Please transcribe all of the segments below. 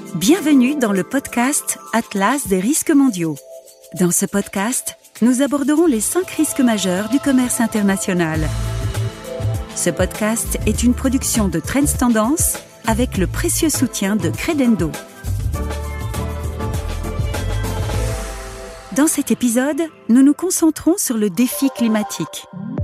Bienvenue dans le podcast Atlas des risques mondiaux. Dans ce podcast, nous aborderons les 5 risques majeurs du commerce international. Ce podcast est une production de Trends Tendance avec le précieux soutien de Credendo. Dans cet épisode, nous nous concentrons sur le défi climatique.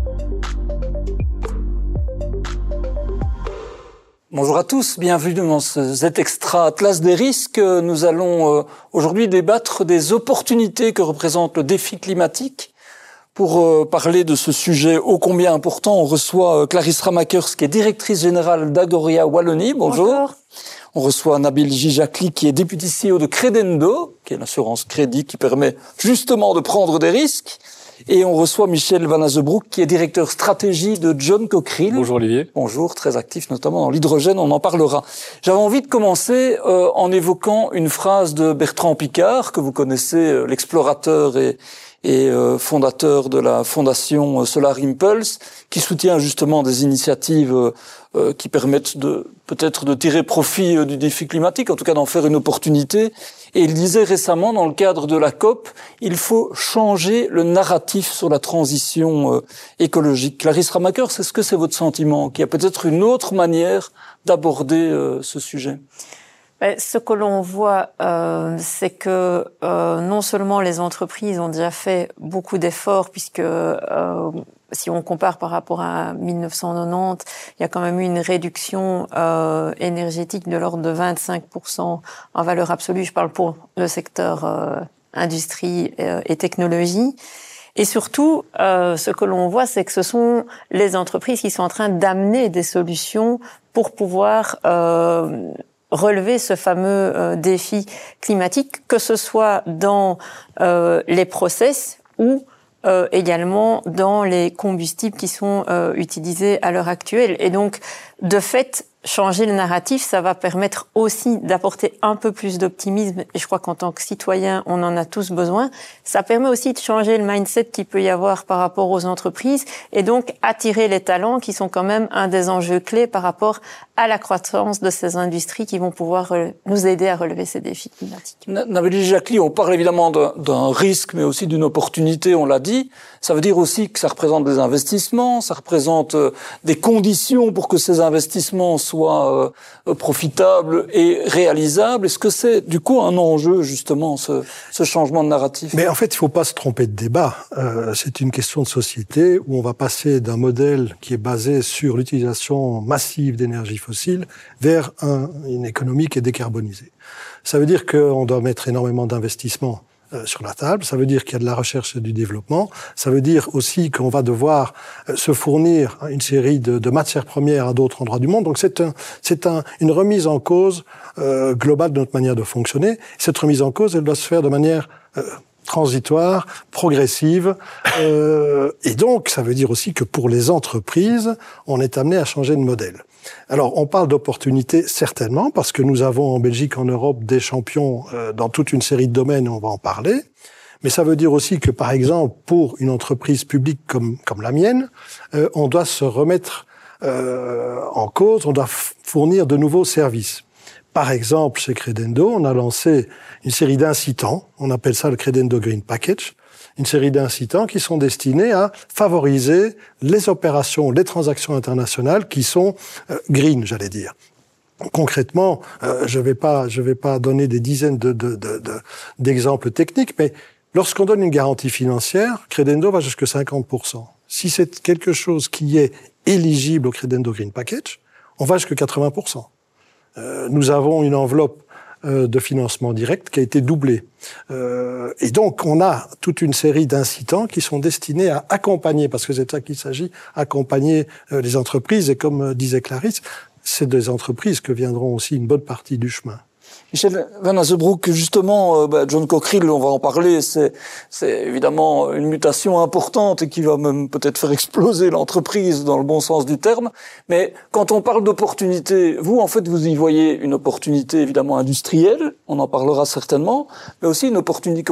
Bonjour à tous, bienvenue dans cet extra Atlas des risques. Nous allons aujourd'hui débattre des opportunités que représente le défi climatique. Pour parler de ce sujet ô combien important, on reçoit Clarisse Ramakers, qui est directrice générale d'Agoria Wallonie. Bonjour. On reçoit Nabil Gijakli, qui est député CEO de Credendo, qui est l'assurance crédit qui permet justement de prendre des risques. Et on reçoit Michel Van Azebroek, qui est directeur stratégie de John Cockerill. Bonjour Olivier. Bonjour, très actif notamment dans l'hydrogène, on en parlera. J'avais envie de commencer en évoquant une phrase de Bertrand Piccard, que vous connaissez, l'explorateur et fondateur de la fondation Solar Impulse, qui soutient justement des initiatives qui permettent peut-être de tirer profit du défi climatique, en tout cas d'en faire une opportunité. Et il disait récemment, dans le cadre de la COP, il faut changer le narratif sur la transition écologique. Clarisse Ramakers, est-ce que c'est votre sentiment, qu'il y a peut-être une autre manière d'aborder ce sujet ? Ce que l'on voit, c'est que non seulement les entreprises ont déjà fait beaucoup d'efforts, puisque si on compare par rapport à 1990, il y a quand même eu une réduction énergétique de l'ordre de 25% en valeur absolue. Je parle pour le secteur industrie et technologie. Et surtout, ce que l'on voit, c'est que ce sont les entreprises qui sont en train d'amener des solutions pour pouvoir relever ce fameux défi climatique, que ce soit dans les process ou également dans les combustibles qui sont utilisés à l'heure actuelle. Et donc, de fait, changer le narratif, ça va permettre aussi d'apporter un peu plus d'optimisme. Et je crois qu'en tant que citoyen, on en a tous besoin. Ça permet aussi de changer le mindset qu'il peut y avoir par rapport aux entreprises et donc attirer les talents qui sont quand même un des enjeux clés par rapport à la croissance de ces industries qui vont pouvoir nous aider à relever ces défis climatiques. Nabil Gijakli, on parle évidemment d'un risque, mais aussi d'une opportunité, on l'a dit. Ça veut dire aussi que ça représente des investissements, ça représente des conditions pour que ces investissements soient profitables et réalisables. Est-ce que c'est du coup un enjeu, justement, ce changement de narratif ? Mais en fait, il ne faut pas se tromper de débat. C'est une question de société où on va passer d'un modèle qui est basé sur l'utilisation massive d'énergie fossile vers une économie qui est décarbonisée. Ça veut dire qu'on doit mettre énormément d'investissements sur la table, ça veut dire qu'il y a de la recherche et du développement, ça veut dire aussi qu'on va devoir se fournir une série de matières premières à d'autres endroits du monde. Donc c'est une remise en cause globale de notre manière de fonctionner. Cette remise en cause, elle doit se faire de manière transitoire, progressive, et donc ça veut dire aussi que pour les entreprises, on est amené à changer de modèle. Alors, on parle d'opportunités certainement, parce que nous avons en Belgique, en Europe, des champions dans toute une série de domaines, on va en parler. Mais ça veut dire aussi que, par exemple, pour une entreprise publique comme la mienne, on doit se remettre en cause, on doit fournir de nouveaux services. Par exemple, chez Credendo, on a lancé une série d'incitants, on appelle ça le Credendo Green Package, une série d'incitants qui sont destinés à favoriser les opérations, les transactions internationales qui sont green, j'allais dire. Concrètement, je vais pas donner des dizaines d'exemples techniques, mais lorsqu'on donne une garantie financière, Credendo va jusqu'à 50%. Si c'est quelque chose qui est éligible au Credendo Green Package, on va jusqu'à 80%. Nous avons une enveloppe de financement direct qui a été doublée. Et donc, on a toute une série d'incitants qui sont destinés à accompagner, parce que c'est ça qu'il s'agit, accompagner les entreprises. Et comme disait Clarisse, c'est des entreprises que viendront aussi une bonne partie du chemin. Michel Van Azebroek, justement, John Cockerill, on va en parler, c'est évidemment une mutation importante et qui va même peut-être faire exploser l'entreprise dans le bon sens du terme. Mais quand on parle d'opportunité, vous, en fait, vous y voyez une opportunité évidemment industrielle, on en parlera certainement, mais aussi une opportunité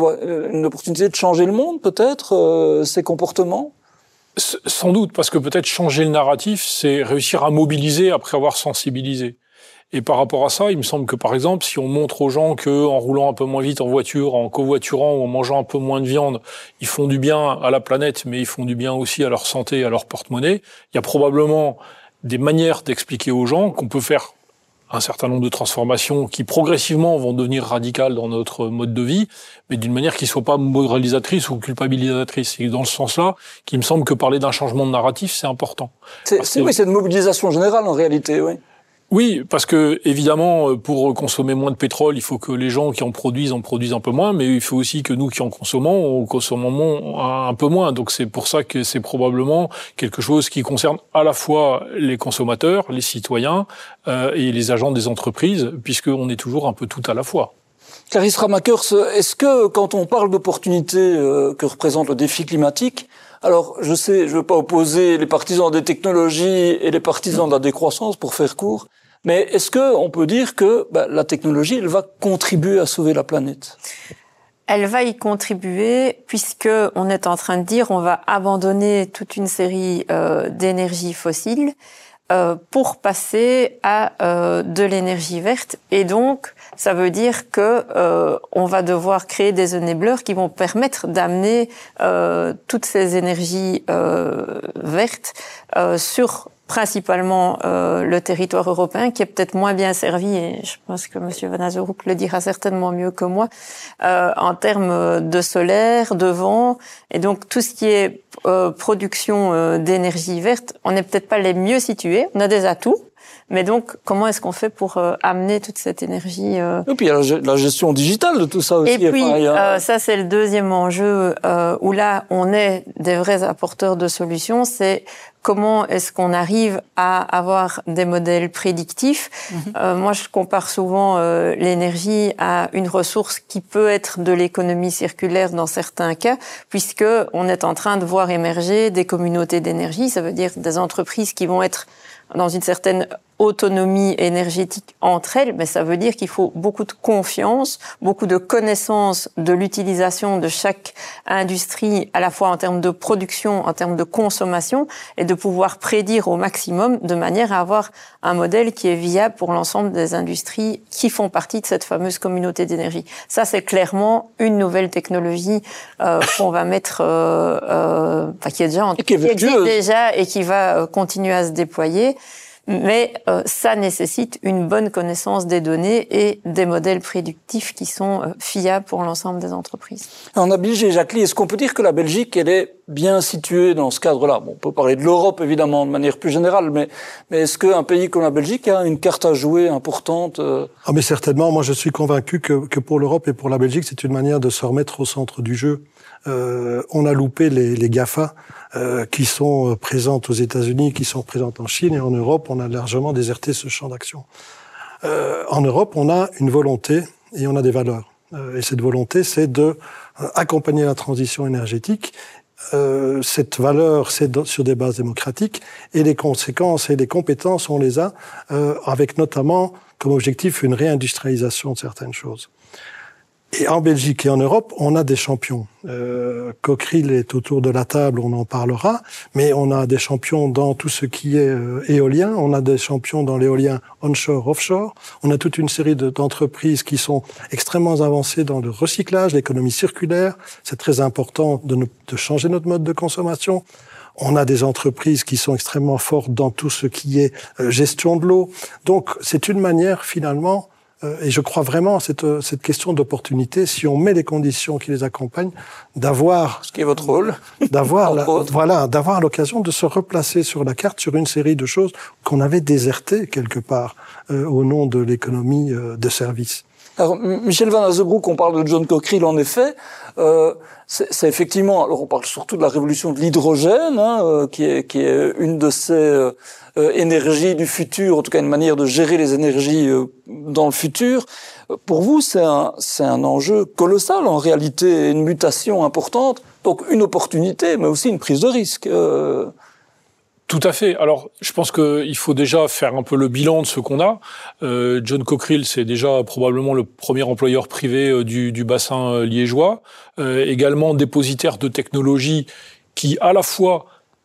de changer le monde, peut-être, ces comportements. Sans doute, parce que peut-être changer le narratif, c'est réussir à mobiliser après avoir sensibilisé. Et par rapport à ça, il me semble que, par exemple, si on montre aux gens qu'en roulant un peu moins vite en voiture, en covoiturant ou en mangeant un peu moins de viande, ils font du bien à la planète, mais ils font du bien aussi à leur santé et à leur porte-monnaie, il y a probablement des manières d'expliquer aux gens qu'on peut faire un certain nombre de transformations qui progressivement vont devenir radicales dans notre mode de vie, mais d'une manière qui ne soit pas moralisatrice ou culpabilisatrice. Et dans ce sens-là, qu'il me semble que parler d'un changement de narratif, c'est important. C'est une mobilisation générale en réalité, oui. Oui, parce que évidemment, pour consommer moins de pétrole, il faut que les gens qui en produisent un peu moins, mais il faut aussi que nous qui en consommons un peu moins. Donc c'est pour ça que c'est probablement quelque chose qui concerne à la fois les consommateurs, les citoyens et les agents des entreprises, puisqu'on est toujours un peu tout à la fois. Clarisse Ramakers, est-ce que quand on parle d'opportunités que représente le défi climatique, alors je sais, je ne veux pas opposer les partisans des technologies et les partisans de la décroissance pour faire court, mais est-ce qu'on peut dire que la technologie, elle va contribuer à sauver la planète ? Elle va y contribuer puisque on est en train de dire on va abandonner toute une série d'énergies fossiles pour passer à de l'énergie verte. Et donc, ça veut dire que on va devoir créer des enablers qui vont permettre d'amener toutes ces énergies vertes sur principalement le territoire européen, qui est peut-être moins bien servi, et je pense que M. Van Azerhoek le dira certainement mieux que moi, en termes de solaire, de vent, et donc tout ce qui est production d'énergie verte, on n'est peut-être pas les mieux situés, on a des atouts, mais donc, comment est-ce qu'on fait pour amener toute cette énergie Et puis, il y a la gestion digitale de tout ça aussi. Et puis, ça, c'est le deuxième enjeu où là, on est des vrais apporteurs de solutions. C'est comment est-ce qu'on arrive à avoir des modèles prédictifs. Moi, je compare souvent l'énergie à une ressource qui peut être de l'économie circulaire dans certains cas, puisque on est en train de voir émerger des communautés d'énergie. Ça veut dire des entreprises qui vont être dans une certaine autonomie énergétique entre elles, mais ça veut dire qu'il faut beaucoup de confiance, beaucoup de connaissance de l'utilisation de chaque industrie, à la fois en termes de production, en termes de consommation, et de pouvoir prédire au maximum de manière à avoir un modèle qui est viable pour l'ensemble des industries qui font partie de cette fameuse communauté d'énergie. Ça, c'est clairement une nouvelle technologie qu'on va mettre, qui est déjà qui existe déjà et qui va continuer à se déployer. Mais ça nécessite une bonne connaissance des données et des modèles prédictifs qui sont fiables pour l'ensemble des entreprises. On a Bilge Jacqueline, est-ce qu'on peut dire que la Belgique, elle est bien située dans ce cadre-là ? Bon, on peut parler de l'Europe, évidemment, de manière plus générale, mais est-ce qu'un pays comme la Belgique a une carte à jouer importante Ah, mais certainement. Moi, je suis convaincu que pour l'Europe et pour la Belgique, c'est une manière de se remettre au centre du jeu. On a loupé les GAFA qui sont présentes aux États-Unis, qui sont présentes en Chine, et en Europe, on a largement déserté ce champ d'action. En Europe, on a une volonté et on a des valeurs. Et cette volonté, c'est de accompagner la transition énergétique. Cette valeur, c'est sur des bases démocratiques, et les conséquences et les compétences, on les a, avec notamment comme objectif une réindustrialisation de certaines choses. Et en Belgique et en Europe, on a des champions. Cockerill est autour de la table, on en parlera, mais on a des champions dans tout ce qui est éolien, on a des champions dans l'éolien onshore, offshore, on a toute une série d'entreprises qui sont extrêmement avancées dans le recyclage, l'économie circulaire, c'est très important de changer notre mode de consommation. On a des entreprises qui sont extrêmement fortes dans tout ce qui est gestion de l'eau. Donc c'est une manière finalement, et je crois vraiment à cette question d'opportunité, si on met les conditions qui les accompagnent, d'avoir... Ce qui est votre rôle. D'avoir l'occasion de se replacer sur la carte sur une série de choses qu'on avait désertées quelque part au nom de l'économie de service. Alors, Michel Van Azebroek, on parle de John Cockerill, en effet. C'est effectivement, alors on parle surtout de la révolution de l'hydrogène, qui est une de ces énergies du futur, en tout cas une manière de gérer les énergies dans le futur. Pour vous, c'est un enjeu colossal en réalité, une mutation importante, donc une opportunité, mais aussi une prise de risque. Tout à fait. Alors, je pense qu'il faut déjà faire un peu le bilan de ce qu'on a. John Cockerill, c'est déjà probablement le premier employeur privé du bassin liégeois, également dépositaire de technologies qui, à la fois,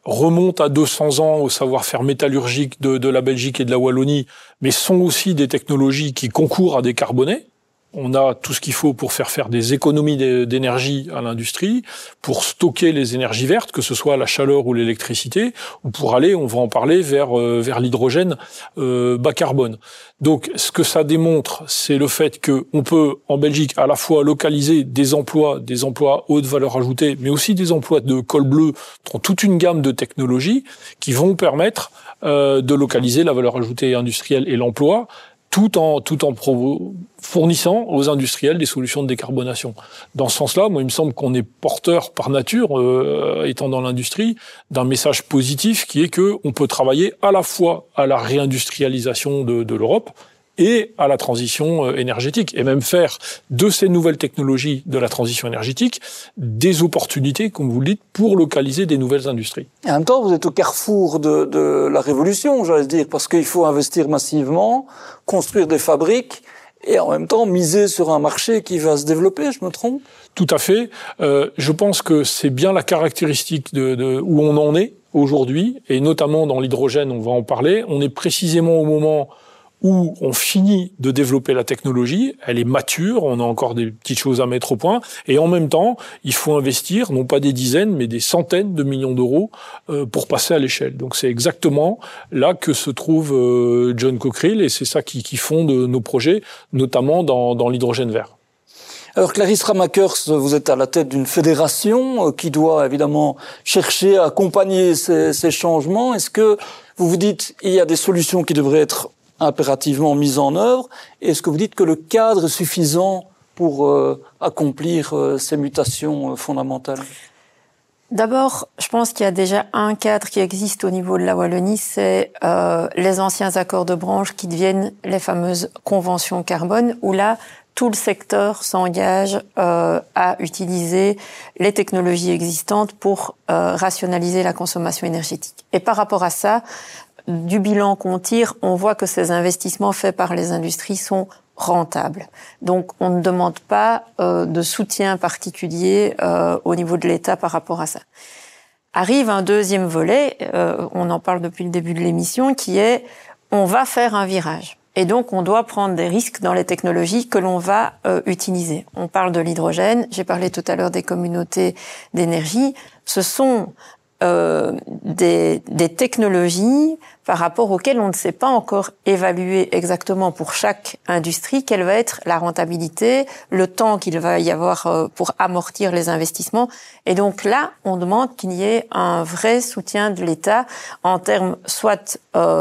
remontent à 200 ans au savoir-faire métallurgique de la Belgique et de la Wallonie, mais sont aussi des technologies qui concourent à décarboner. On a tout ce qu'il faut pour faire des économies d'énergie à l'industrie, pour stocker les énergies vertes, que ce soit la chaleur ou l'électricité, ou pour aller, on va en parler, vers l'hydrogène bas carbone. Donc, ce que ça démontre, c'est le fait qu'on peut, en Belgique, à la fois localiser des emplois haute valeur ajoutée, mais aussi des emplois de col bleu dans toute une gamme de technologies qui vont permettre de localiser la valeur ajoutée industrielle et l'emploi, tout en fournissant aux industriels des solutions de décarbonation. Dans ce sens-là, moi, il me semble qu'on est porteur par nature, étant dans l'industrie, d'un message positif qui est que on peut travailler à la fois à la réindustrialisation de l'Europe et à la transition énergétique, et même faire de ces nouvelles technologies de la transition énergétique des opportunités, comme vous le dites, pour localiser des nouvelles industries. Et en même temps, vous êtes au carrefour de la révolution, j'allais dire, parce qu'il faut investir massivement, construire des fabriques, et en même temps miser sur un marché qui va se développer, je me trompe ? Tout à fait. Je pense que c'est bien la caractéristique de où on en est aujourd'hui, et notamment dans l'hydrogène, on va en parler. On est précisément au moment où on finit de développer la technologie, elle est mature, on a encore des petites choses à mettre au point, et en même temps, il faut investir, non pas des dizaines, mais des centaines de millions d'euros pour passer à l'échelle. Donc c'est exactement là que se trouve John Cockerill, et c'est ça qui fonde nos projets, notamment dans l'hydrogène vert. Alors Clarisse Ramakers, vous êtes à la tête d'une fédération qui doit évidemment chercher à accompagner ces changements. Est-ce que vous vous dites il y a des solutions qui devraient être impérativement mise en œuvre? Est-ce que vous dites que le cadre est suffisant pour accomplir ces mutations fondamentales? D'abord, je pense qu'il y a déjà un cadre qui existe au niveau de la Wallonie, c'est les anciens accords de branche qui deviennent les fameuses conventions carbone, où là, tout le secteur s'engage à utiliser les technologies existantes pour rationaliser la consommation énergétique. Et par rapport à ça, du bilan qu'on tire, on voit que ces investissements faits par les industries sont rentables. Donc, on ne demande pas de soutien particulier au niveau de l'État par rapport à ça. Arrive un deuxième volet, on en parle depuis le début de l'émission, qui est on va faire un virage. Et donc, on doit prendre des risques dans les technologies que l'on va utiliser. On parle de l'hydrogène, j'ai parlé tout à l'heure des communautés d'énergie. Ce sont des technologies par rapport auxquelles on ne sait pas encore évaluer exactement pour chaque industrie quelle va être la rentabilité, le temps qu'il va y avoir pour amortir les investissements. Et donc là, on demande qu'il y ait un vrai soutien de l'État en termes soit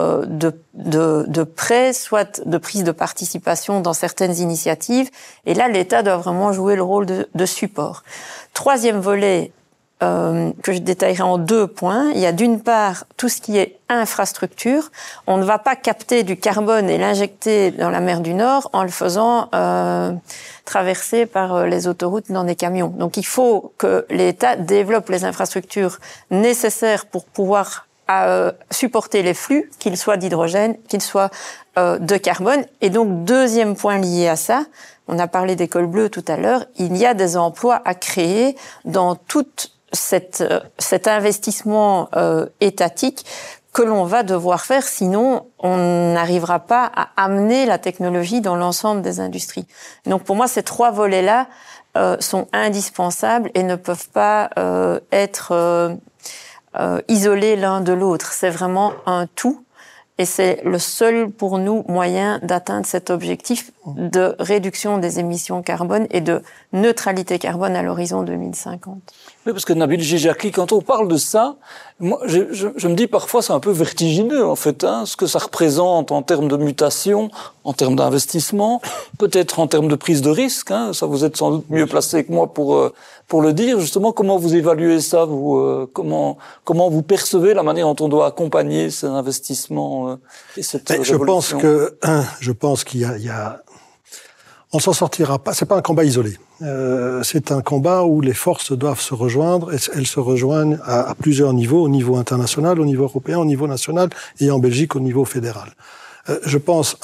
de prêts, soit de prise de participation dans certaines initiatives. Et là, l'État doit vraiment jouer le rôle de support. Troisième volet, que je détaillerai en 2 points. Il y a d'une part tout ce qui est infrastructure. On ne va pas capter du carbone et l'injecter dans la mer du Nord en le faisant traverser par les autoroutes dans des camions. Donc il faut que l'État développe les infrastructures nécessaires pour pouvoir supporter les flux, qu'ils soient d'hydrogène, qu'ils soient de carbone. Et donc deuxième point lié à ça, on a parlé des cols bleus tout à l'heure, il y a des emplois à créer dans toute cet investissement étatique que l'on va devoir faire, sinon on n'arrivera pas à amener la technologie dans l'ensemble des industries. Donc pour moi, ces 3 volets-là sont indispensables et ne peuvent pas être isolés l'un de l'autre. C'est vraiment un tout. Et c'est le seul, pour nous, moyen d'atteindre cet objectif de réduction des émissions carbone et de neutralité carbone à l'horizon 2050. Oui, parce que Nabil Jijaki, quand on parle de ça, moi, je me dis parfois c'est un peu vertigineux, en fait, ce que ça représente en termes de mutation, en termes d'investissement, peut-être en termes de prise de risque, ça vous êtes sans doute mieux placé que moi pour le dire. Justement, comment vous évaluez ça, vous, comment vous percevez la manière dont on doit accompagner ces investissements et cette révolution? Je pense qu'il y a on s'en sortira pas. C'est pas un combat isolé. C'est un combat où les forces doivent se rejoindre. Et elles se rejoignent à plusieurs niveaux, au niveau international, au niveau européen, au niveau national et en Belgique au niveau fédéral. Je pense,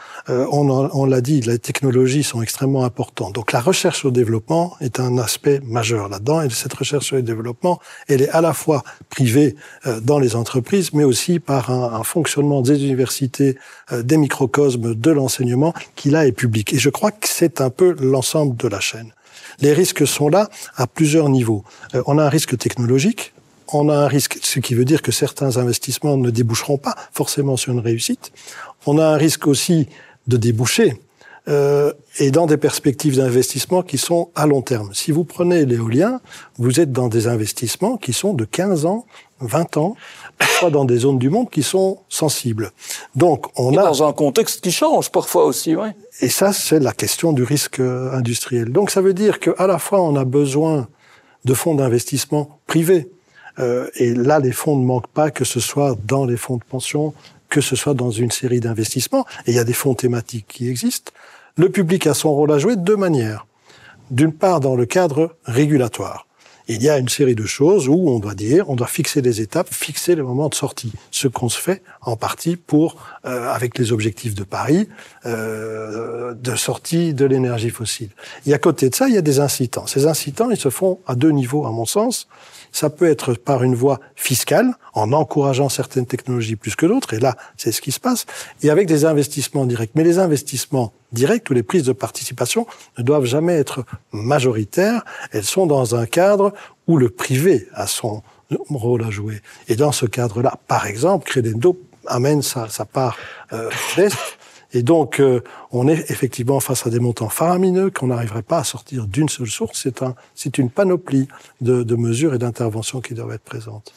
on l'a dit, les technologies sont extrêmement importantes. Donc la recherche au développement est un aspect majeur là-dedans. Et cette recherche au développement, elle est à la fois privée dans les entreprises, mais aussi par un fonctionnement des universités, des microcosmes, de l'enseignement, qui là est public. Et je crois que c'est un peu l'ensemble de la chaîne. Les risques sont là à plusieurs niveaux. On a un risque technologique. On a un risque, ce qui veut dire que certains investissements ne déboucheront pas forcément sur une réussite. On a un risque aussi de déboucher et dans des perspectives d'investissement qui sont à long terme. Si vous prenez l'éolien, vous êtes dans des investissements qui sont de 15 ans, 20 ans, parfois dans des zones du monde qui sont sensibles. Donc, on a dans un contexte qui change parfois aussi, oui. Et ça, c'est la question du risque industriel. Donc, ça veut dire qu'à la fois, on a besoin de fonds d'investissement privés. Et là, les fonds ne manquent pas, que ce soit dans les fonds de pension, que ce soit dans une série d'investissements. Et il y a des fonds thématiques qui existent. Le public a son rôle à jouer de deux manières. D'une part, dans le cadre régulatoire. Il y a une série de choses où on doit fixer les étapes, fixer les moments de sortie. Ce qu'on se fait en partie avec les objectifs de Paris, de sortie de l'énergie fossile. Et à côté de ça, il y a des incitants. Ces incitants, ils se font à deux niveaux, à mon sens. Ça peut être par une voie fiscale, en encourageant certaines technologies plus que d'autres, et là, c'est ce qui se passe, et avec des investissements directs. Mais les investissements directs ou les prises de participation ne doivent jamais être majoritaires. Elles sont dans un cadre où le privé a son rôle à jouer. Et dans ce cadre-là, par exemple, Credendo amène sa part d'est. Et donc, on est effectivement face à des montants faramineux qu'on n'arriverait pas à sortir d'une seule source. C'est une panoplie de mesures et d'interventions qui doivent être présentes.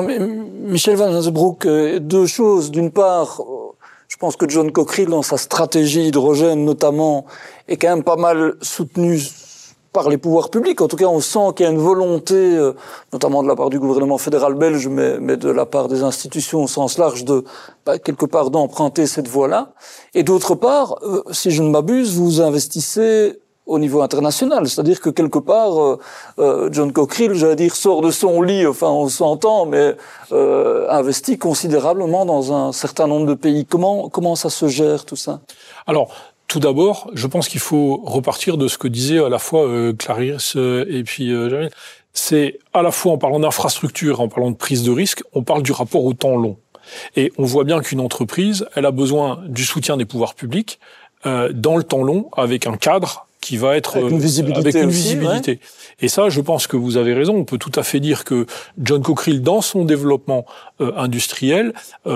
Michel Van Hazenbroek, deux choses. D'une part, je pense que John Cockerill, dans sa stratégie hydrogène notamment, est quand même pas mal soutenu par les pouvoirs publics. En tout cas, on sent qu'il y a une volonté, notamment de la part du gouvernement fédéral belge, mais de la part des institutions au sens large, quelque part d'emprunter cette voie-là. Et d'autre part, si je ne m'abuse, vous investissez au niveau international. C'est-à-dire que quelque part, John Cockerill, j'allais dire, sort de son lit, enfin on s'entend, mais investit considérablement dans un certain nombre de pays. Comment ça se gère tout ça ? Alors, tout d'abord, je pense qu'il faut repartir de ce que disait à la fois Clarisse et puis Jamil. C'est à la fois en parlant d'infrastructure, en parlant de prise de risque, on parle du rapport au temps long. Et on voit bien qu'une entreprise, elle a besoin du soutien des pouvoirs publics dans le temps long, avec un cadre qui va être avec une visibilité. Ouais. Et ça, je pense que vous avez raison. On peut tout à fait dire que John Cockerill, dans son développement industriel,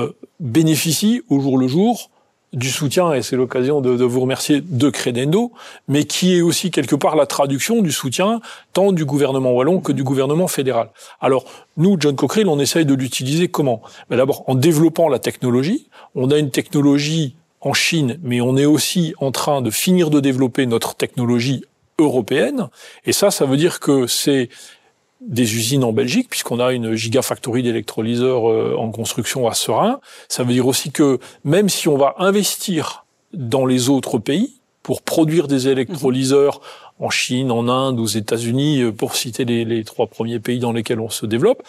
bénéficie au jour le jour du soutien, et c'est l'occasion de vous remercier, de Credendo, mais qui est aussi quelque part la traduction du soutien tant du gouvernement wallon que du gouvernement fédéral. Alors, nous, John Cockerill, on essaye de l'utiliser comment ? D'abord, en développant la technologie. On a une technologie en Chine, mais on est aussi en train de finir de développer notre technologie européenne. Et ça veut dire que c'est des usines en Belgique, puisqu'on a une gigafactory d'électrolyseurs en construction à Seraing. Ça veut dire aussi que même si on va investir dans les autres pays pour produire des électrolyseurs en Chine, en Inde, aux États-Unis, pour citer les trois premiers pays dans lesquels on se développe,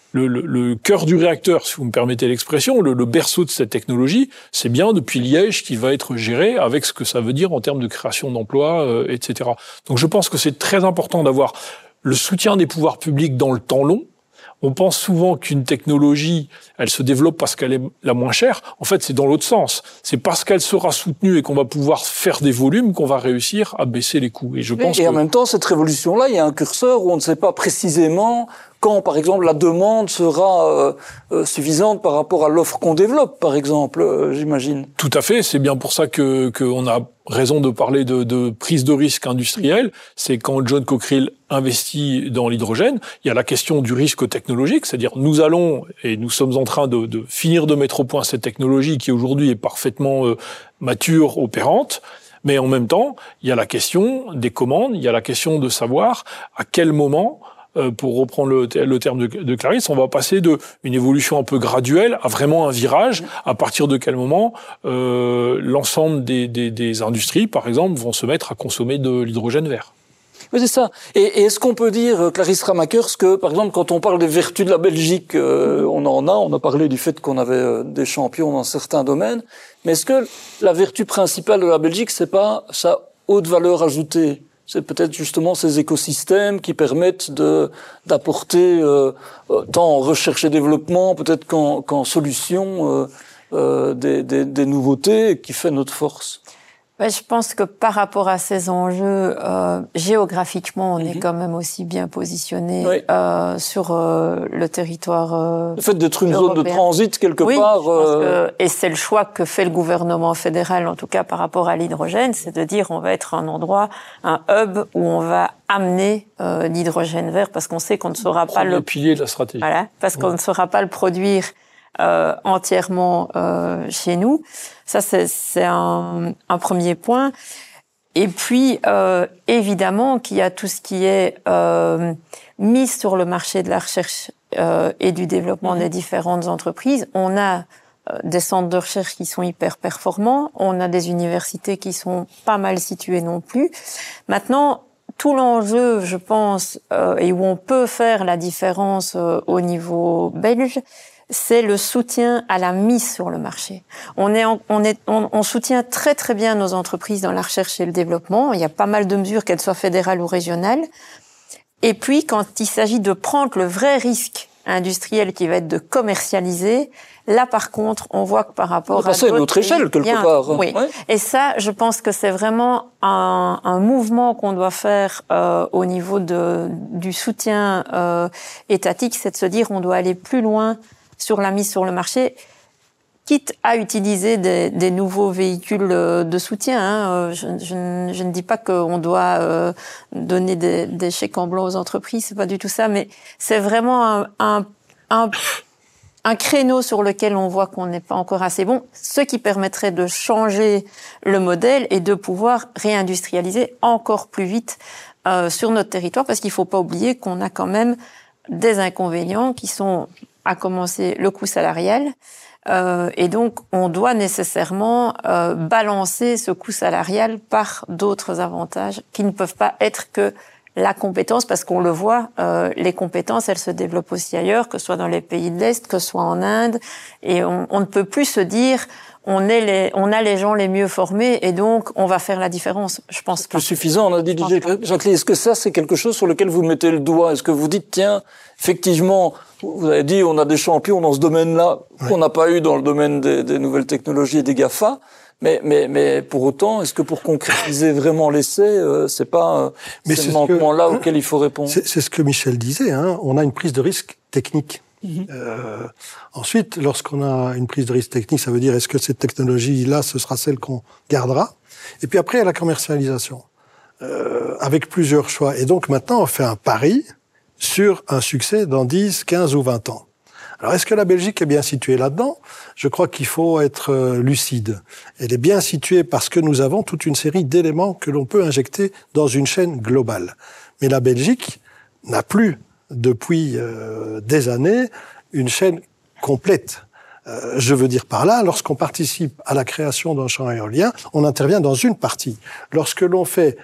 le cœur du réacteur, si vous me permettez l'expression, le berceau de cette technologie, c'est bien depuis Liège qui va être géré avec ce que ça veut dire en termes de création d'emplois, etc. Donc je pense que c'est très important d'avoir le soutien des pouvoirs publics dans le temps long. On pense souvent qu'une technologie, elle se développe parce qu'elle est la moins chère. En fait, c'est dans l'autre sens. C'est parce qu'elle sera soutenue et qu'on va pouvoir faire des volumes qu'on va réussir à baisser les coûts. Et je pense en même temps, cette révolution-là, il y a un curseur où on ne sait pas précisément quand, par exemple, la demande sera suffisante par rapport à l'offre qu'on développe, par exemple, j'imagine. Tout à fait. C'est bien pour ça qu'on a raison de parler de prise de risque industrielle. C'est quand John Cockerill investit dans l'hydrogène, il y a la question du risque technologique, c'est-à-dire nous allons, et nous sommes en train de finir de mettre au point cette technologie qui aujourd'hui est parfaitement mature, opérante. Mais en même temps, il y a la question des commandes, il y a la question de savoir à quel moment, pour reprendre le terme de Clarisse, on va passer d'une évolution un peu graduelle à vraiment un virage, à partir de quel moment l'ensemble des industries, par exemple, vont se mettre à consommer de l'hydrogène vert. Oui, c'est ça. Et est-ce qu'on peut dire, Clarisse Ramakers, que, par exemple, quand on parle des vertus de la Belgique, on a parlé du fait qu'on avait des champions dans certains domaines, mais est-ce que la vertu principale de la Belgique, c'est pas sa haute valeur ajoutée? C'est peut-être justement ces écosystèmes qui permettent d'apporter, tant en recherche et développement, peut-être qu'en solution, des nouveautés qui fait notre force. Ouais, je pense que par rapport à ces enjeux, géographiquement, on est quand même aussi bien positionné sur le territoire. Le fait d'être une européen. zone de transit quelque part. Je pense et c'est le choix que fait le gouvernement fédéral, en tout cas par rapport à l'hydrogène, c'est de dire on va être un endroit, un hub où on va amener l'hydrogène vert, parce qu'on sait qu'on ne saura pas le pilier de la stratégie. Voilà, parce qu'on ne saura pas le produire entièrement chez nous. Ça, c'est un premier point. Et puis, évidemment, qu'il y a tout ce qui est mis sur le marché de la recherche et du développement des différentes entreprises. On a des centres de recherche qui sont hyper performants. On a des universités qui sont pas mal situées non plus. Maintenant, tout l'enjeu, je pense, et où on peut faire la différence au niveau belge, c'est le soutien à la mise sur le marché. On soutient très très bien nos entreprises dans la recherche et le développement. Il y a pas mal de mesures, qu'elles soient fédérales ou régionales. Et puis, quand il s'agit de prendre le vrai risque industriel qui va être de commercialiser, là par contre, on voit que par rapport à passer à une autre échelle quelque part. Oui. Ouais. Et ça, je pense que c'est vraiment un mouvement qu'on doit faire au niveau du soutien étatique, c'est de se dire on doit aller plus loin sur la mise sur le marché, quitte à utiliser des nouveaux véhicules de soutien. Hein. Je ne dis pas qu'on doit donner des chèques en blanc aux entreprises, c'est pas du tout ça, mais c'est vraiment un créneau sur lequel on voit qu'on n'est pas encore assez bon, ce qui permettrait de changer le modèle et de pouvoir réindustrialiser encore plus vite sur notre territoire, parce qu'il faut pas oublier qu'on a quand même des inconvénients qui sont, à commencer, le coût salarial. Et donc, on doit nécessairement balancer ce coût salarial par d'autres avantages qui ne peuvent pas être que la compétence, parce qu'on le voit, les compétences, elles se développent aussi ailleurs, que ce soit dans les pays de l'Est, que ce soit en Inde, et on ne peut plus se dire on a les gens les mieux formés et donc on va faire la différence. Je pense pas. C'est suffisant, on a dit, Jacqueline, est-ce que ça c'est quelque chose sur lequel vous mettez le doigt? Est-ce que vous dites, tiens, effectivement, vous avez dit on a des champions dans ce domaine-là qu'on n'a pas eu dans le domaine des nouvelles technologies et des GAFA, mais pour autant, est-ce que pour concrétiser vraiment l'essai, c'est pas ce manquement-là auquel il faut répondre? C'est ce que Michel disait, hein, on a une prise de risque technique. Ensuite, lorsqu'on a une prise de risque technique, ça veut dire est-ce que cette technologie-là, ce sera celle qu'on gardera? Et puis après, il y a la commercialisation, avec plusieurs choix. Et donc maintenant, on fait un pari sur un succès dans 10, 15 ou 20 ans. Alors, est-ce que la Belgique est bien située là-dedans? Je crois qu'il faut être lucide. Elle est bien située parce que nous avons toute une série d'éléments que l'on peut injecter dans une chaîne globale. Mais la Belgique n'a plus, depuis des années, une chaîne complète. Je veux dire par là, lorsqu'on participe à la création d'un champ éolien, on intervient dans une partie. Lorsque l'on fait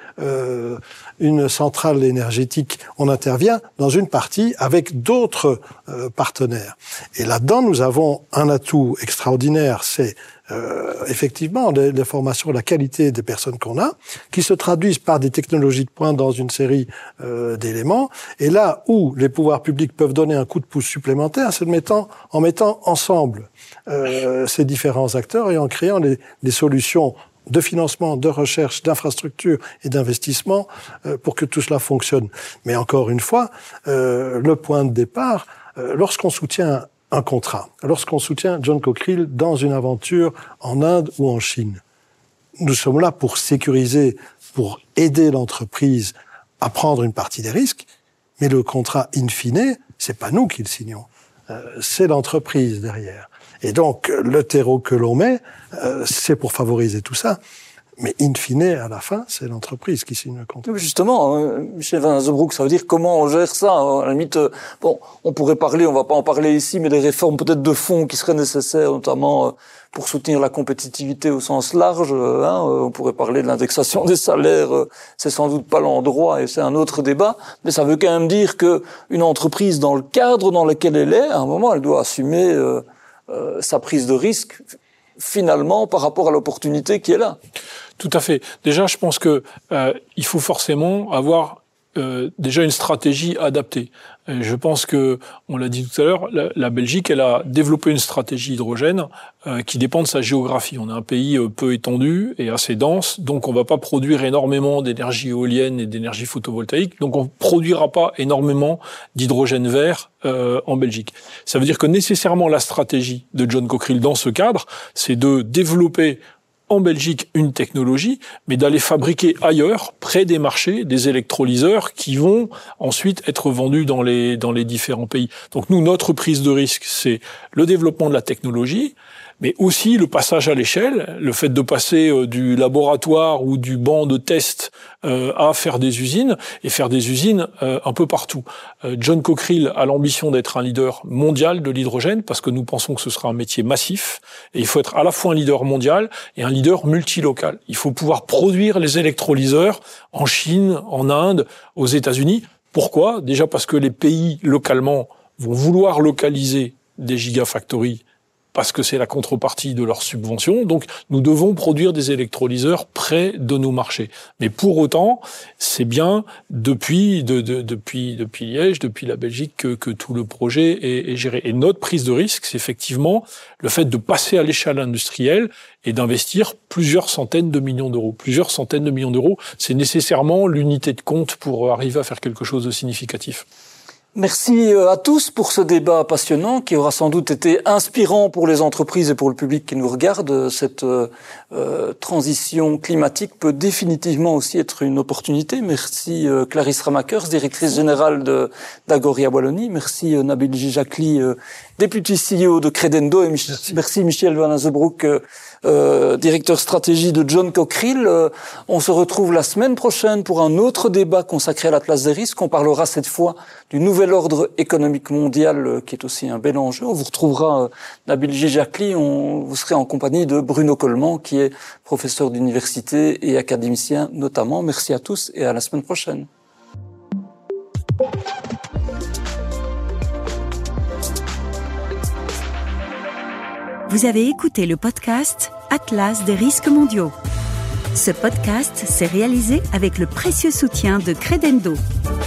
une centrale énergétique, on intervient dans une partie avec d'autres partenaires. Et là-dedans, nous avons un atout extraordinaire, c'est effectivement les formations, la qualité des personnes qu'on a, qui se traduisent par des technologies de pointe dans une série d'éléments. Et là où les pouvoirs publics peuvent donner un coup de pouce supplémentaire, c'est en mettant ensemble ces différents acteurs et en créant des solutions de financement, de recherche, d'infrastructure et d'investissement pour que tout cela fonctionne. Mais encore une fois, le point de départ, lorsqu'on soutient un contrat, lorsqu'on soutient John Cockerill dans une aventure en Inde ou en Chine, nous sommes là pour sécuriser, pour aider l'entreprise à prendre une partie des risques, mais le contrat in fine, c'est pas nous qui le signons, c'est l'entreprise derrière. Et donc, le terreau que l'on met, c'est pour favoriser tout ça. Mais in fine, à la fin, c'est l'entreprise qui signe le contrat. Justement, Michel Van Azebroek, ça veut dire comment on gère ça. À la limite, on pourrait parler, on va pas en parler ici, mais des réformes peut-être de fonds qui seraient nécessaires, notamment pour soutenir la compétitivité au sens large. On pourrait parler de l'indexation des salaires. C'est sans doute pas l'endroit et c'est un autre débat. Mais ça veut quand même dire que une entreprise, dans le cadre dans lequel elle est, à un moment, elle doit assumer sa prise de risque, finalement, par rapport à l'opportunité qui est là. Tout à fait. Déjà, je pense que il faut forcément avoir déjà une stratégie adaptée. Je pense que, on l'a dit tout à l'heure, la Belgique, elle a développé une stratégie hydrogène qui dépend de sa géographie. On a un pays peu étendu et assez dense, donc on va pas produire énormément d'énergie éolienne et d'énergie photovoltaïque, donc on produira pas énormément d'hydrogène vert en Belgique. Ça veut dire que nécessairement la stratégie de John Cockerill dans ce cadre, c'est de développer en Belgique une technologie, mais d'aller fabriquer ailleurs, près des marchés, des électrolyseurs qui vont ensuite être vendus dans les différents pays. Donc nous, notre prise de risque, c'est le développement de la technologie, mais aussi le passage à l'échelle, le fait de passer du laboratoire ou du banc de test à faire des usines, et faire des usines un peu partout. John Cockerill a l'ambition d'être un leader mondial de l'hydrogène, parce que nous pensons que ce sera un métier massif, et il faut être à la fois un leader mondial et un leader multilocal. Il faut pouvoir produire les électrolyseurs en Chine, en Inde, aux États-Unis. Pourquoi ? Déjà parce que les pays localement vont vouloir localiser des gigafactories parce que c'est la contrepartie de leurs subventions. Donc, nous devons produire des électrolyseurs près de nos marchés. Mais pour autant, c'est bien depuis Liège, depuis la Belgique, que tout le projet est géré. Et notre prise de risque, c'est effectivement le fait de passer à l'échelle industrielle et d'investir plusieurs centaines de millions d'euros. Plusieurs centaines de millions d'euros, c'est nécessairement l'unité de compte pour arriver à faire quelque chose de significatif. Merci à tous pour ce débat passionnant qui aura sans doute été inspirant pour les entreprises et pour le public qui nous regarde. Cette transition climatique peut définitivement aussi être une opportunité. Merci Clarisse Ramakers, directrice générale d'Agoria Wallonie. Merci Nabil Gijakli, député CEO de Credendo. Et merci Michel Van Azebroek, directeur stratégie de John Cockerill. On se retrouve la semaine prochaine pour un autre débat consacré à l'Atlas des risques. On parlera cette fois du nouvel ordre économique mondial qui est aussi un bel enjeu. On vous retrouvera Nabil Gijakli, vous serez en compagnie de Bruno Coleman qui est professeur d'université et académicien notamment. Merci à tous et à la semaine prochaine. Vous avez écouté le podcast Atlas des risques mondiaux. Ce podcast s'est réalisé avec le précieux soutien de Credendo.